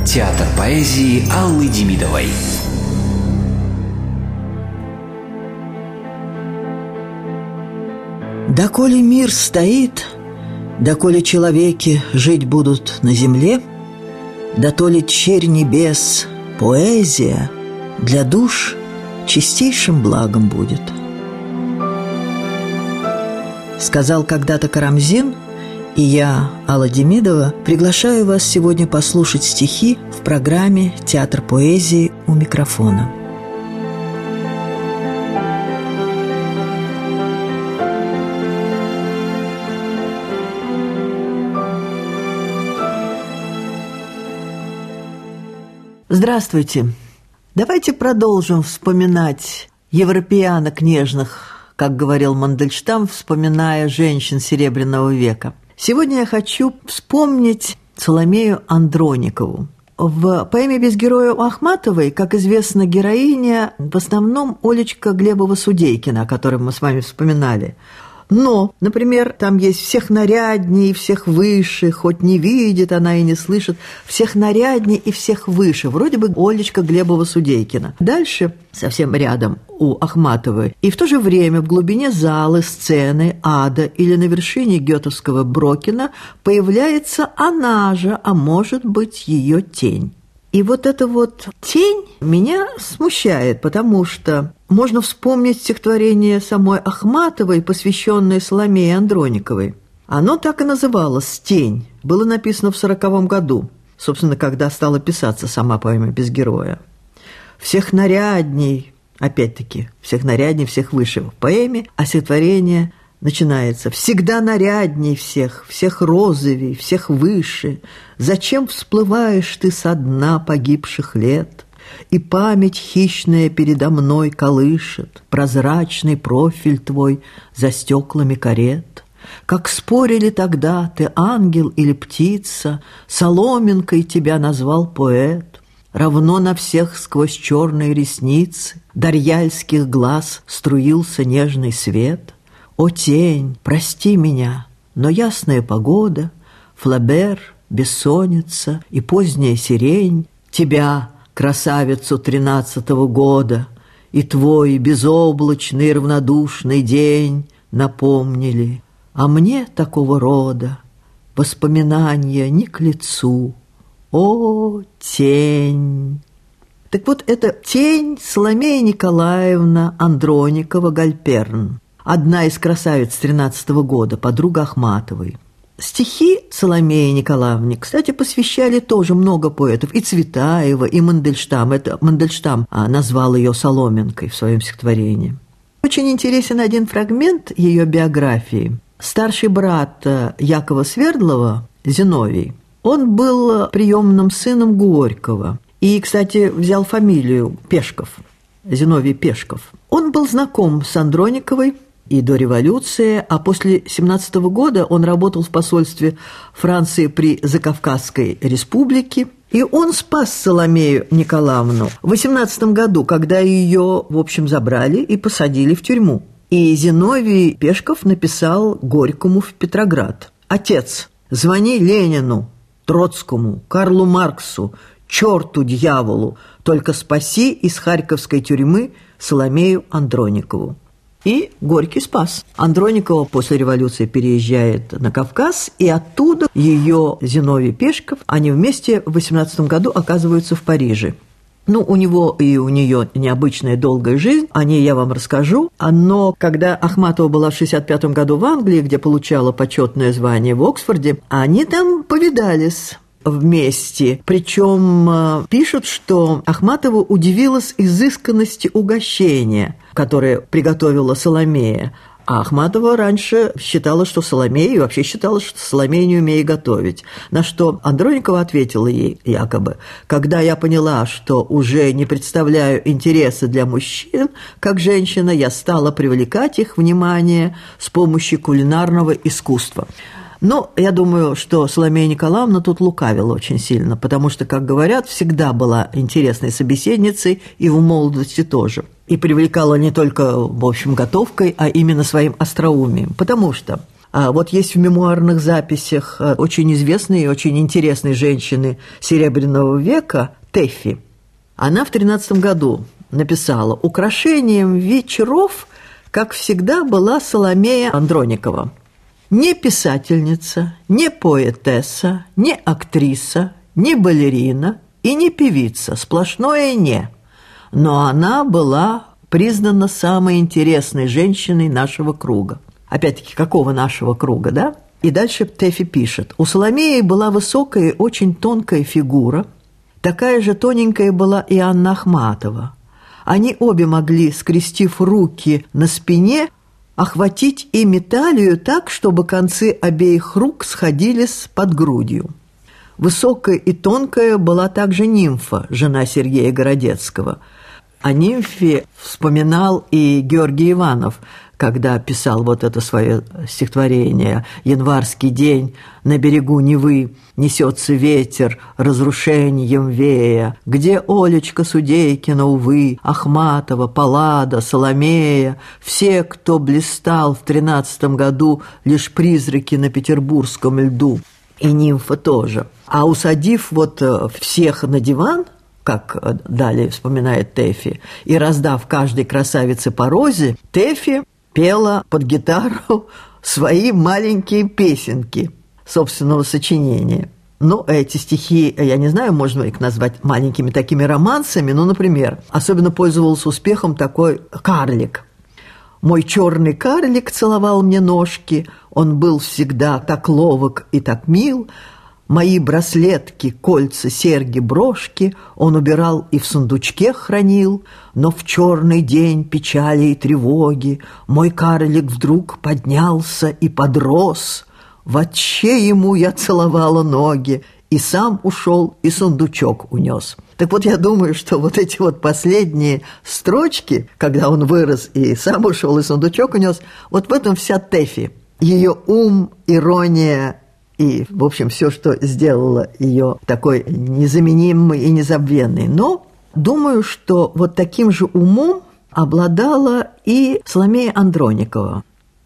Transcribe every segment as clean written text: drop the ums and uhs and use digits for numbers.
Театр поэзии Аллы Демидовой. Доколе мир стоит, доколе человеки жить будут на земле, дотоле черь небес, поэзия для душ чистейшим благом будет. Сказал когда-то Карамзин, и я, Алла Демидова, приглашаю вас сегодня послушать стихи в программе «Театр поэзии» у микрофона. Здравствуйте! Давайте продолжим вспоминать европеянок нежных, как говорил Мандельштам, вспоминая женщин Серебряного века. Сегодня я хочу вспомнить Соломею Андроникову. В поэме «Без героя» у Ахматовой, как известно, героиня в основном Олечка Глебова-Судейкина, о которой мы с вами вспоминали. Но, например, там есть всех нарядней, всех выше, хоть не видит она и не слышит, всех нарядней и всех выше, вроде бы Олечка Глебова-Судейкина. Дальше, совсем рядом у Ахматовой, и в то же время в глубине залы, сцены, ада или на вершине гетовского Брокина появляется она же, а может быть, ее тень. И вот эта вот тень меня смущает, потому что можно вспомнить стихотворение самой Ахматовой, посвященное Соломее Андрониковой. Оно так и называлось «Тень». Было написано в 1940 году, собственно, когда стала писаться сама поэма «Без героя». «Всех нарядней», опять-таки, «всех нарядней, всех выше» в поэме, а стихотворение начинается «Всегда нарядней всех, всех розовей, всех выше. Зачем всплываешь ты со дна погибших лет? И память хищная передо мной колышет прозрачный профиль твой за стеклами карет. Как спорили тогда, ты ангел или птица, соломинкой тебя назвал поэт. Равно на всех сквозь черные ресницы дарьяльских глаз струился нежный свет. О, тень, прости меня, но ясная погода, Флабер, бессонница и поздняя сирень тебя, красавицу 13-го года, и твой безоблачный равнодушный день напомнили. А мне такого рода воспоминания не к лицу. О, тень! Так вот, это тень Соломея Николаевна Андроникова-Гальперн, одна из красавиц 13-го года, подруга Ахматовой. Стихи Соломеи Николаевне, кстати, посвящали тоже много поэтов, и Цветаева, и Мандельштам. Это Мандельштам назвал ее соломинкой в своем стихотворении. Очень интересен один фрагмент ее биографии. Старший брат Якова Свердлова, Зиновий, он был приемным сыном Горького и, кстати, взял фамилию Пешков, Зиновий Пешков. Он был знаком с Андрониковой и до революции, а после 17 года он работал в посольстве Франции при Закавказской республике, и он спас Соломею Николаевну в 18 году, когда ее, в общем, забрали и посадили в тюрьму. И Зиновий Пешков написал Горькому в Петроград: «Отец, звони Ленину, Троцкому, Карлу Марксу, черту дьяволу, только спаси из харьковской тюрьмы Соломею Андроникову». И Горький спас. Андроникова после революции переезжает на Кавказ, и оттуда ее Зиновий Пешков, они вместе в 18 году оказываются в Париже. Ну, у него и у нее необычная долгая жизнь, о ней я вам расскажу. Но когда Ахматова была в 65 году в Англии, где получала почетное звание в Оксфорде, они там повидались вместе. Причем пишут, что Ахматова удивилась изысканности угощения, которое приготовила Соломея. А Ахматова раньше считала, что Соломея, и вообще считала, что Соломея не умеет готовить. На что Андроникова ответила ей якобы: «Когда я поняла, что уже не представляю интереса для мужчин, как женщина, я стала привлекать их внимание с помощью кулинарного искусства». Но я думаю, что Соломея Николаевна тут лукавила очень сильно, потому что, как говорят, всегда была интересной собеседницей и в молодости тоже. И привлекала не только, в общем, готовкой, а именно своим остроумием. Потому что Вот есть в мемуарных записях очень известной и очень интересной женщины Серебряного века Тэффи. Она в 13 году написала: «Украшением вечеров, как всегда, была Соломея Андроникова. Не писательница, не поэтесса, не актриса, не балерина и не певица, сплошное «не». Но она была признана самой интересной женщиной нашего круга». Опять-таки, какого нашего круга, да? И дальше Тэффи пишет: «У Соломеи была высокая и очень тонкая фигура, такая же тоненькая была и Анна Ахматова. Они обе могли, скрестив руки на спине, охватить ими талию так, чтобы концы обеих рук сходились под грудью. Высокая и тонкая была также Нимфа, жена Сергея Городецкого». О Нимфе вспоминал и Георгий Иванов, когда писал вот это свое стихотворение: «Январский день, на берегу Невы несется ветер, разрушением вея, где Олечка Судейкина, увы, Ахматова, Паллада, Соломея, все, кто блистал в 13 году, лишь призраки на петербургском льду». И Нимфа тоже. А усадив вот всех на диван, как далее вспоминает Тэффи, и раздав каждой красавице по розе, Тэффи пела под гитару свои маленькие песенки собственного сочинения. Ну, эти стихи, я не знаю, можно их назвать маленькими такими романсами, но, например, особенно пользовался успехом такой «Карлик». «Мой черный карлик целовал мне ножки, он был всегда так ловок и так мил. Мои браслетки, кольца, серьги, брошки он убирал и в сундучке хранил, но в черный день печали и тревоги мой карлик вдруг поднялся и подрос. Вотче ему я целовала ноги, и сам ушел, и сундучок унес». Так вот, я думаю, что вот эти вот последние строчки, когда он вырос и сам ушел, и сундучок унес, вот в этом вся Тэффи. Ее ум, ирония и, в общем, все, что сделало ее такой незаменимой и незабвенной. Но думаю, что вот таким же умом обладала и Соломея Андроникова.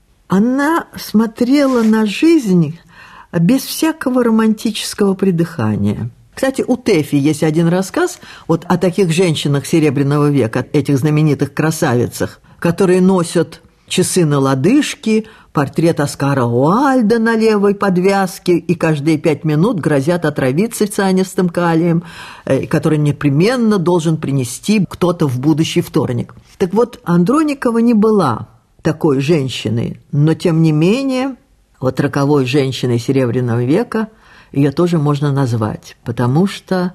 Она смотрела на жизнь без всякого романтического придыхания. Кстати, у Тэффи есть один рассказ вот о таких женщинах Серебряного века, этих знаменитых красавицах, которые носят часы на лодыжке, портрет Оскара Уальда на левой подвязке и каждые 5 минут грозят отравиться цианистым калием, который непременно должен принести кто-то в будущий вторник. Так вот, Андроникова не была такой женщиной, но тем не менее, вот роковой женщиной Серебряного века ее тоже можно назвать, потому что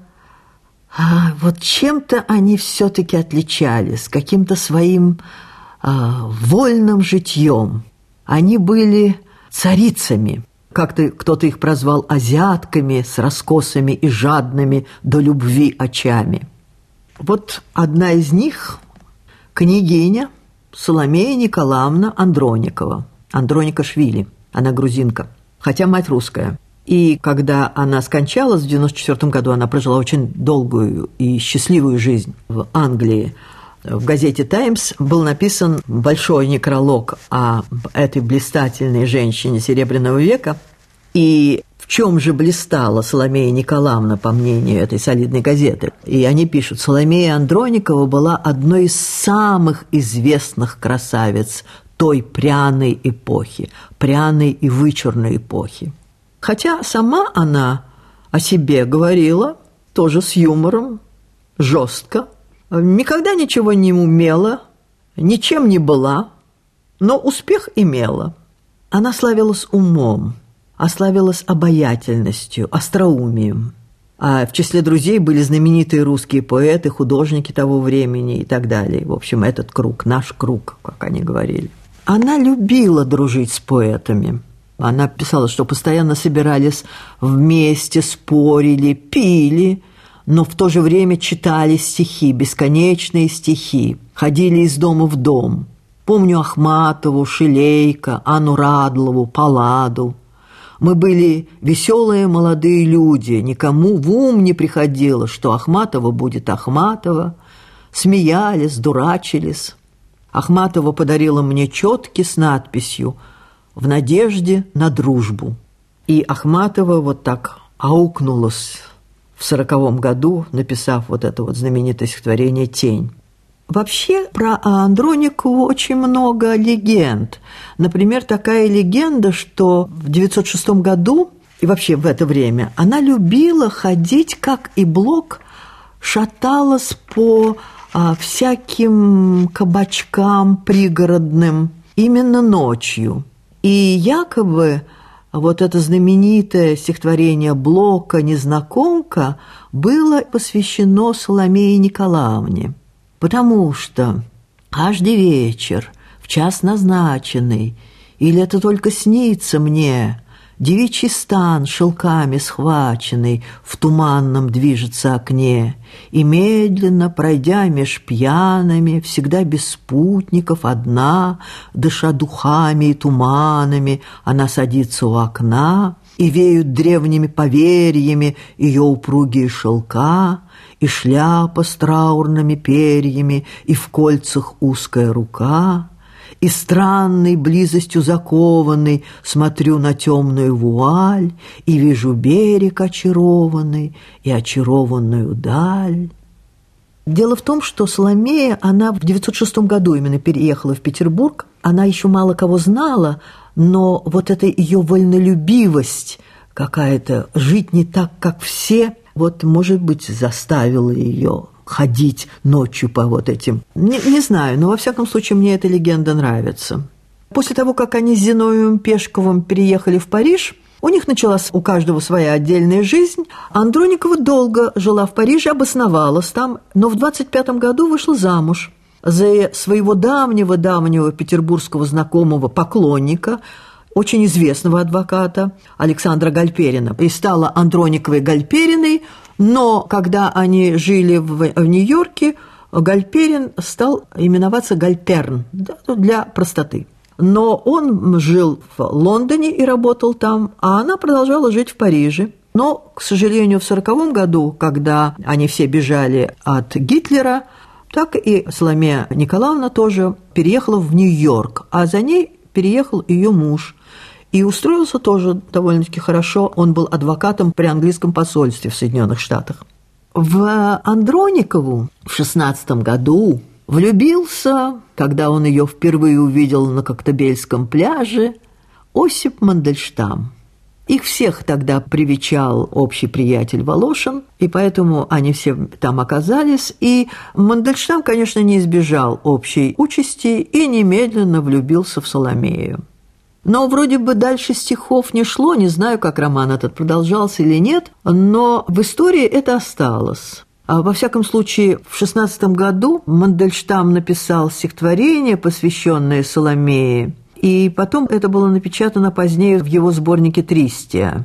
вот чем-то они все-таки отличались, каким-то своим вольным житьем. Они были царицами. Как-то кто-то их прозвал азиатками с раскосыми и жадными до любви очами. Вот одна из них – княгиня Соломея Николаевна Андроникова, Андроникашвили, она грузинка, хотя мать русская. И когда она скончалась в 1994 году, она прожила очень долгую и счастливую жизнь в Англии. В газете «Таймс» был написан большой некролог о этой блистательной женщине Серебряного века. И в чем же блистала Соломея Николаевна, по мнению этой солидной газеты? И они пишут: Соломея Андроникова была одной из самых известных красавиц той пряной эпохи, пряной и вычурной эпохи. Хотя сама она о себе говорила тоже с юмором, жестко, никогда ничего не умела, ничем не была, но успех имела. Она славилась умом, славилась обаятельностью, остроумием. А в числе друзей были знаменитые русские поэты, художники того времени и так далее. В общем, этот круг, наш круг, как они говорили. Она любила дружить с поэтами. Она писала, что постоянно собирались вместе, спорили, пили, но в то же время читали стихи, бесконечные стихи, ходили из дома в дом. Помню Ахматову, Шилейко, Анну Радлову, Палладу. Мы были веселые молодые люди, никому в ум не приходило, что Ахматова будет Ахматова. Смеялись, дурачились. Ахматова подарила мне четки с надписью в надежде на дружбу. И Ахматова вот так аукнулась в 1940 году, написав вот это вот знаменитое стихотворение «Тень». Вообще про Андроникову очень много легенд. Например, такая легенда, что в 1906 году и вообще в это время она любила ходить, как и Блок, шаталась по всяким кабачкам пригородным именно ночью. И якобы вот это знаменитое стихотворение Блока «Незнакомка» было посвящено Соломее Николаевне, потому что каждый вечер, в час назначенный, или это только снится мне, девичий стан шелками схваченный в туманном движется окне, и медленно, пройдя меж пьяными, всегда без спутников, одна, дыша духами и туманами, она садится у окна, и веют древними поверьями ее упругие шелка, и шляпа с траурными перьями, и в кольцах узкая рука. И странной близостью закованный смотрю на темную вуаль и вижу берег очарованный и очарованную даль. Дело в том, что Соломея, она в 1906 году именно переехала в Петербург. Она еще мало кого знала, но вот эта ее вольнолюбивость какая-то, жить не так, как все, вот, может быть, заставила ее ходить ночью по вот этим. Не знаю, но во всяком случае мне эта легенда нравится. После того, как они с Зиновием Пешковым переехали в Париж, у них началась у каждого своя отдельная жизнь. Андроникова долго жила в Париже, обосновалась там, но в 1925 году вышла замуж за своего давнего петербургского знакомого поклонника, очень известного адвоката Александра Гальперина, и стала Андрониковой Гальпериной. Но когда они жили в Нью-Йорке, Гальперин стал именоваться Гальперн для простоты. Но он жил в Лондоне и работал там, а она продолжала жить в Париже. Но, к сожалению, в 1940 году, когда они все бежали от Гитлера, так и Соломея Николаевна тоже переехала в Нью-Йорк, а за ней переехал ее муж. И устроился тоже довольно-таки хорошо. Он был адвокатом при английском посольстве в Соединенных Штатах. В Андроникову в 1916 году влюбился, когда он ее впервые увидел на Коктебельском пляже, Осип Мандельштам. Их всех тогда привечал общий приятель Волошин, и поэтому они все там оказались. И Мандельштам, конечно, не избежал общей участи и немедленно влюбился в Соломею. Но вроде бы дальше стихов не шло, не знаю, как роман этот продолжался или нет, но в истории это осталось. Во всяком случае, в 1916 году Мандельштам написал стихотворение, посвященное Соломее, и потом это было напечатано позднее в его сборнике «Тристия».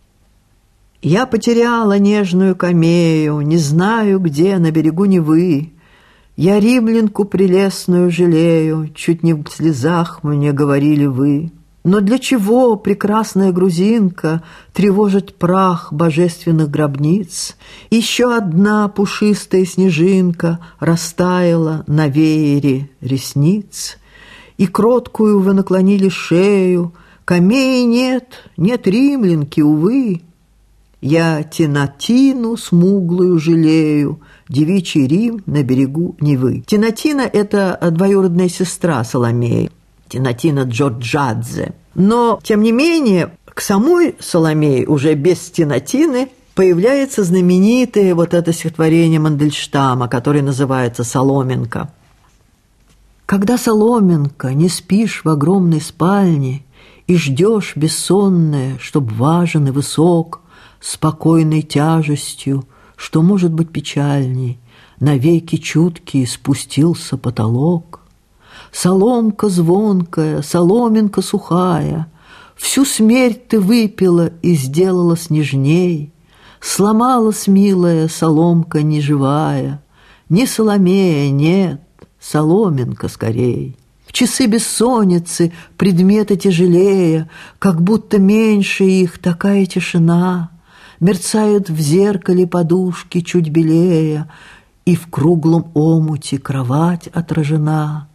«Я потеряла нежную камею, не знаю, где, на берегу Невы. Я римлянку прелестную жалею, чуть не в слезах мне говорили вы. Но для чего, прекрасная грузинка, тревожить прах божественных гробниц? Еще одна пушистая снежинка растаяла на веере ресниц. И кроткую вы наклонили шею, камеи нет, нет римлянки, увы. Я Тинатину смуглую жалею, девичий Рим на берегу Невы». Тинатина – это двоюродная сестра Соломеи, Тинатина Джорджадзе. Но, тем не менее, к самой Соломее, уже без Тинатины, появляется знаменитое вот это стихотворение Мандельштама, которое называется «Соломенка». «Когда, соломенка, не спишь в огромной спальне и ждешь бессонная, чтоб важен и высок, спокойной тяжестью, что может быть печальней, навеки чуткий спустился потолок. Соломка звонкая, соломинка сухая, всю смерть ты выпила и сделалась нежней, сломалась, милая, соломка неживая, не Соломея, нет, соломинка скорей. В часы бессонницы, предметы тяжелее, как будто меньше их такая тишина, мерцают в зеркале подушки чуть белее, и в круглом омуте кровать отражена.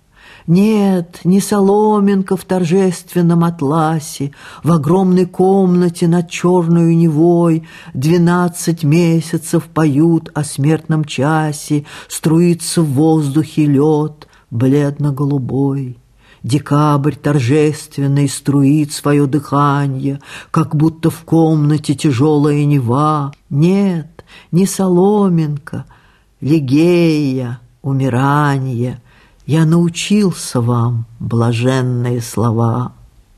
Нет, не соломинка в торжественном атласе, в огромной комнате над черную Невой 12 месяцев поют о смертном часе, струится в воздухе лед бледно-голубой. Декабрь торжественный струит свое дыхание, как будто в комнате тяжелая Нева. Нет, не соломинка, Лигея, умирание. Я научился вам блаженные слова.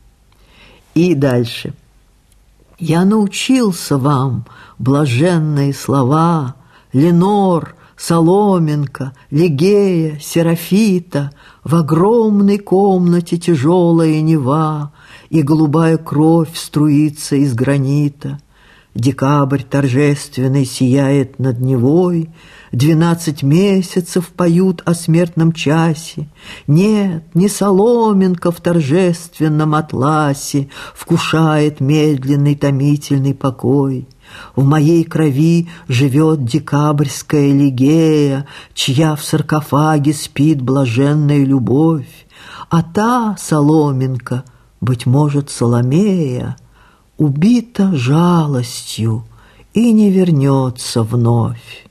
И дальше. Я научился вам блаженные слова, Ленор, соломинка, Лигея, Серафита, в огромной комнате тяжелая Нева, и голубая кровь струится из гранита. Декабрь торжественный сияет над Невой, 12 месяцев поют о смертном часе. Нет, не соломинка в торжественном атласе вкушает медленный томительный покой. В моей крови живет декабрьская Лигея, чья в саркофаге спит блаженная любовь. А та соломинка, быть может, Соломея, убита жалостью и не вернется вновь.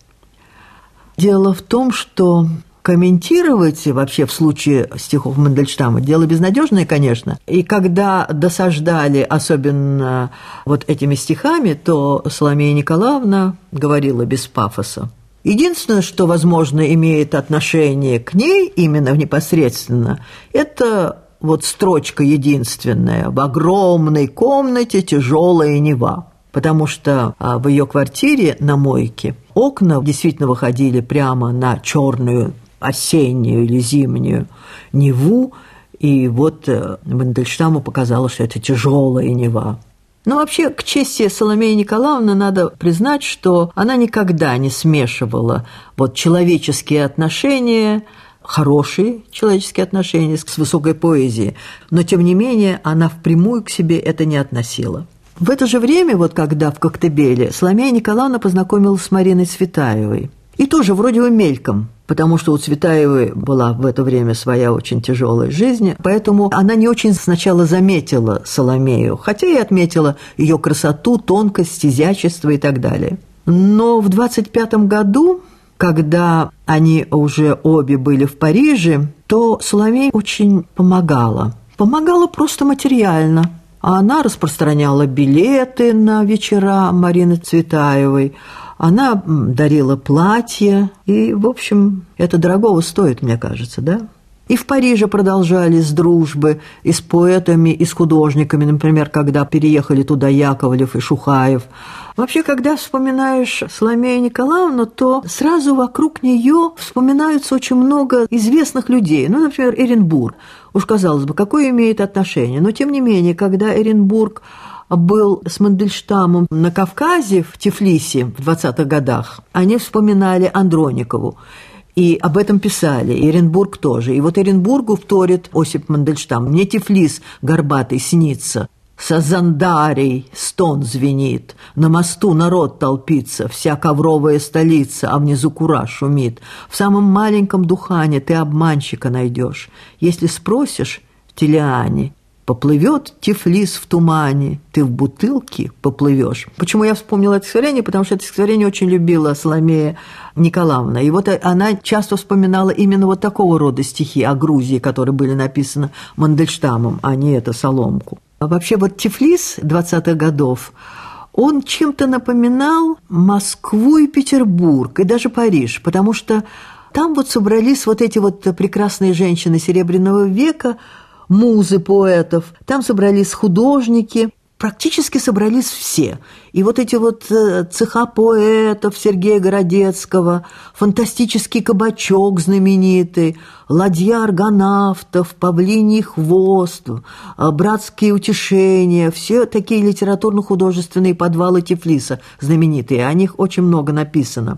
Дело в том, что комментировать вообще в случае стихов Мандельштама дело безнадежное, конечно. И когда досаждали, особенно вот этими стихами, то Соломея Николаевна говорила без пафоса. Единственное, что, возможно, имеет отношение к ней именно непосредственно, это вот строчка единственная: в огромной комнате тяжелая Нева. Потому что в ее квартире на мойке окна действительно выходили прямо на черную осеннюю или зимнюю Неву, и вот Мандельштаму показалось, что это тяжелая Нева. Но вообще, к чести Соломеи Николаевны надо признать, что она никогда не смешивала вот человеческие отношения, хорошие человеческие отношения с высокой поэзией, но, тем не менее, она впрямую к себе это не относила. В это же время, вот когда в Коктебеле, Соломея Николаевна познакомилась с Мариной Цветаевой. И тоже вроде бы мельком, потому что у Цветаевой была в это время своя очень тяжелая жизнь, поэтому она не очень сначала заметила Соломею, хотя и отметила ее красоту, тонкость, изящество и так далее. Но в 25 году, когда они уже обе были в Париже, то Соломея очень помогала. Помогала просто материально. А она распространяла билеты на вечера Марины Цветаевой, она дарила платья, и, в общем, это дорогого стоит, мне кажется, да? И в Париже продолжались дружбы и с поэтами, и с художниками, например, когда переехали туда Яковлев и Шухаев. Вообще, когда вспоминаешь Соломею Николаевну, то сразу вокруг нее вспоминаются очень много известных людей. Ну, например, Эренбург. Уж, казалось бы, какое имеет отношение? Но, тем не менее, когда Эренбург был с Мандельштамом на Кавказе, в Тифлисе в 20-х годах, они вспоминали Андроникову. И об этом писали, и Эренбург тоже. И вот Эренбургу вторит Осип Мандельштам: «Мне Тифлис горбатый снится, со Зандарей стон звенит, на мосту народ толпится, вся ковровая столица, а внизу кура шумит. В самом маленьком Духане ты обманщика найдешь. Если спросишь в Телиане, поплывет Тифлис в тумане, ты в бутылке поплывешь». Почему я вспомнила это стихотворение? Потому что это стихотворение очень любила Соломея Николаевна. И вот она часто вспоминала именно вот такого рода стихи о Грузии, которые были написаны Мандельштамом, а не это соломку. А вообще вот Тифлис 20-х годов, он чем-то напоминал Москву и Петербург, и даже Париж, потому что там вот собрались вот эти вот прекрасные женщины Серебряного века, музы поэтов, там собрались художники, практически собрались все. И вот эти вот цеха поэтов Сергея Городецкого, фантастический кабачок знаменитый, ладья аргонавтов, павлиний хвост, братские утешения, все такие литературно-художественные подвалы Тифлиса знаменитые, о них очень много написано.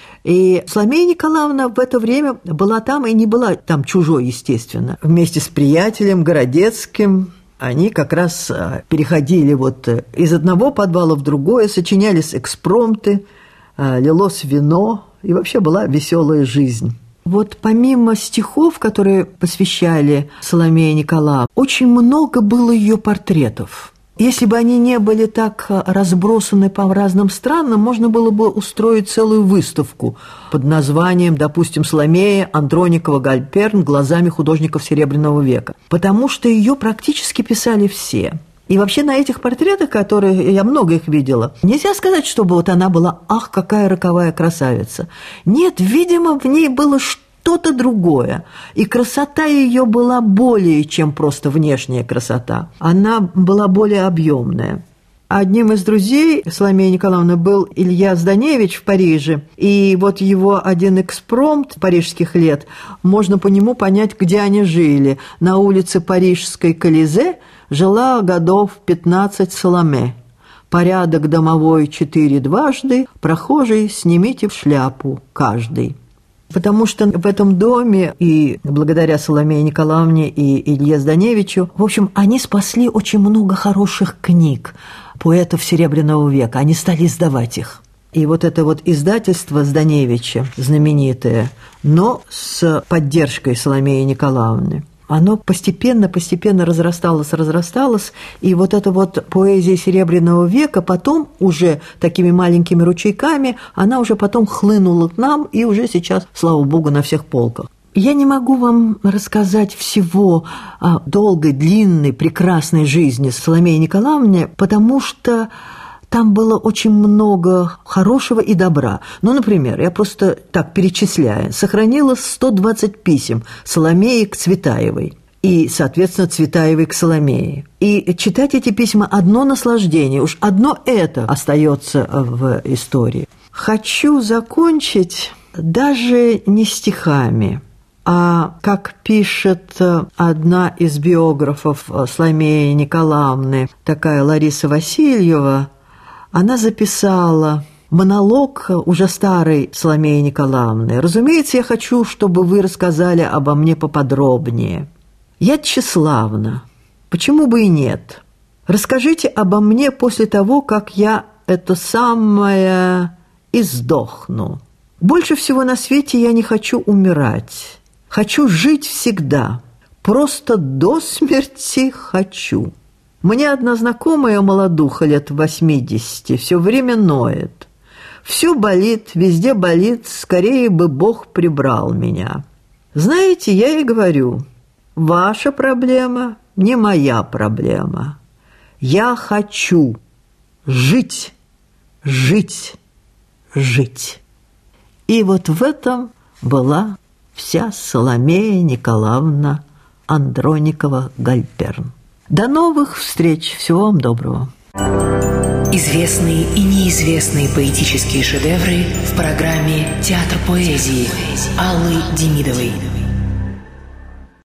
И Соломея Николаевна в это время была там и не была там чужой, естественно. Вместе с приятелем Городецким они как раз переходили вот из одного подвала в другое, сочинялись экспромты, лилось вино, и вообще была веселая жизнь. Вот помимо стихов, которые посвящали Соломее Николаевне, очень много было ее портретов. Если бы они не были так разбросаны по разным странам, можно было бы устроить целую выставку под названием, допустим, «Соломея Андроникова-Гальперн глазами художников Серебряного века», потому что ее практически писали все. И вообще на этих портретах, которые я много их видела, нельзя сказать, чтобы вот она была «ах, какая роковая красавица». Нет, видимо, в ней было что-то другое. И красота ее была более чем просто внешняя красота. Она была более объемная. Одним из друзей Соломеи Николаевны был Илья Зданевич в Париже. И вот его один экспромт парижских лет, можно по нему понять, где они жили. На улице Парижской Колизе жила годов 15 Соломе. Порядок домовой 4 дважды, прохожий снимите шляпу каждый. Потому что в этом доме и благодаря Соломее Николаевне и Илье Зданевичу, в общем, они спасли очень много хороших книг поэтов Серебряного века. Они стали издавать их. И вот это вот издательство Зданевича, знаменитое, но с поддержкой Соломеи Николаевны, оно постепенно разрасталось, и вот эта вот поэзия Серебряного века потом уже такими маленькими ручейками, она уже потом хлынула к нам, и уже сейчас, слава богу, на всех полках. Я не могу вам рассказать всего о долгой, длинной, прекрасной жизни Соломеи Николаевны, потому что там было очень много хорошего и добра. Ну, например, я просто так перечисляю. Сохранилось 120 писем Соломеи к Цветаевой и, соответственно, Цветаевой к Соломее. И читать эти письма – одно наслаждение. Уж одно это остается в истории. Хочу закончить даже не стихами, а, как пишет одна из биографов Соломеи Николаевны, такая Лариса Васильева, она записала монолог уже старой Соломеи Николаевны. «Разумеется, я хочу, чтобы вы рассказали обо мне поподробнее. Я тщеславна. Почему бы и нет? Расскажите обо мне после того, как я это самое и сдохну. Больше всего на свете я не хочу умирать. Хочу жить всегда. Просто до смерти хочу». Мне одна знакомая молодуха лет 80 все время ноет. Все болит, везде болит, скорее бы Бог прибрал меня. Знаете, я ей говорю, ваша проблема не моя проблема. Я хочу жить, жить, жить. И вот в этом была вся Соломея Николаевна Андроникова-Гальперн. До новых встреч! Всего вам доброго! Известные и неизвестные поэтические шедевры в программе «Театр поэзии» Аллы Демидовой.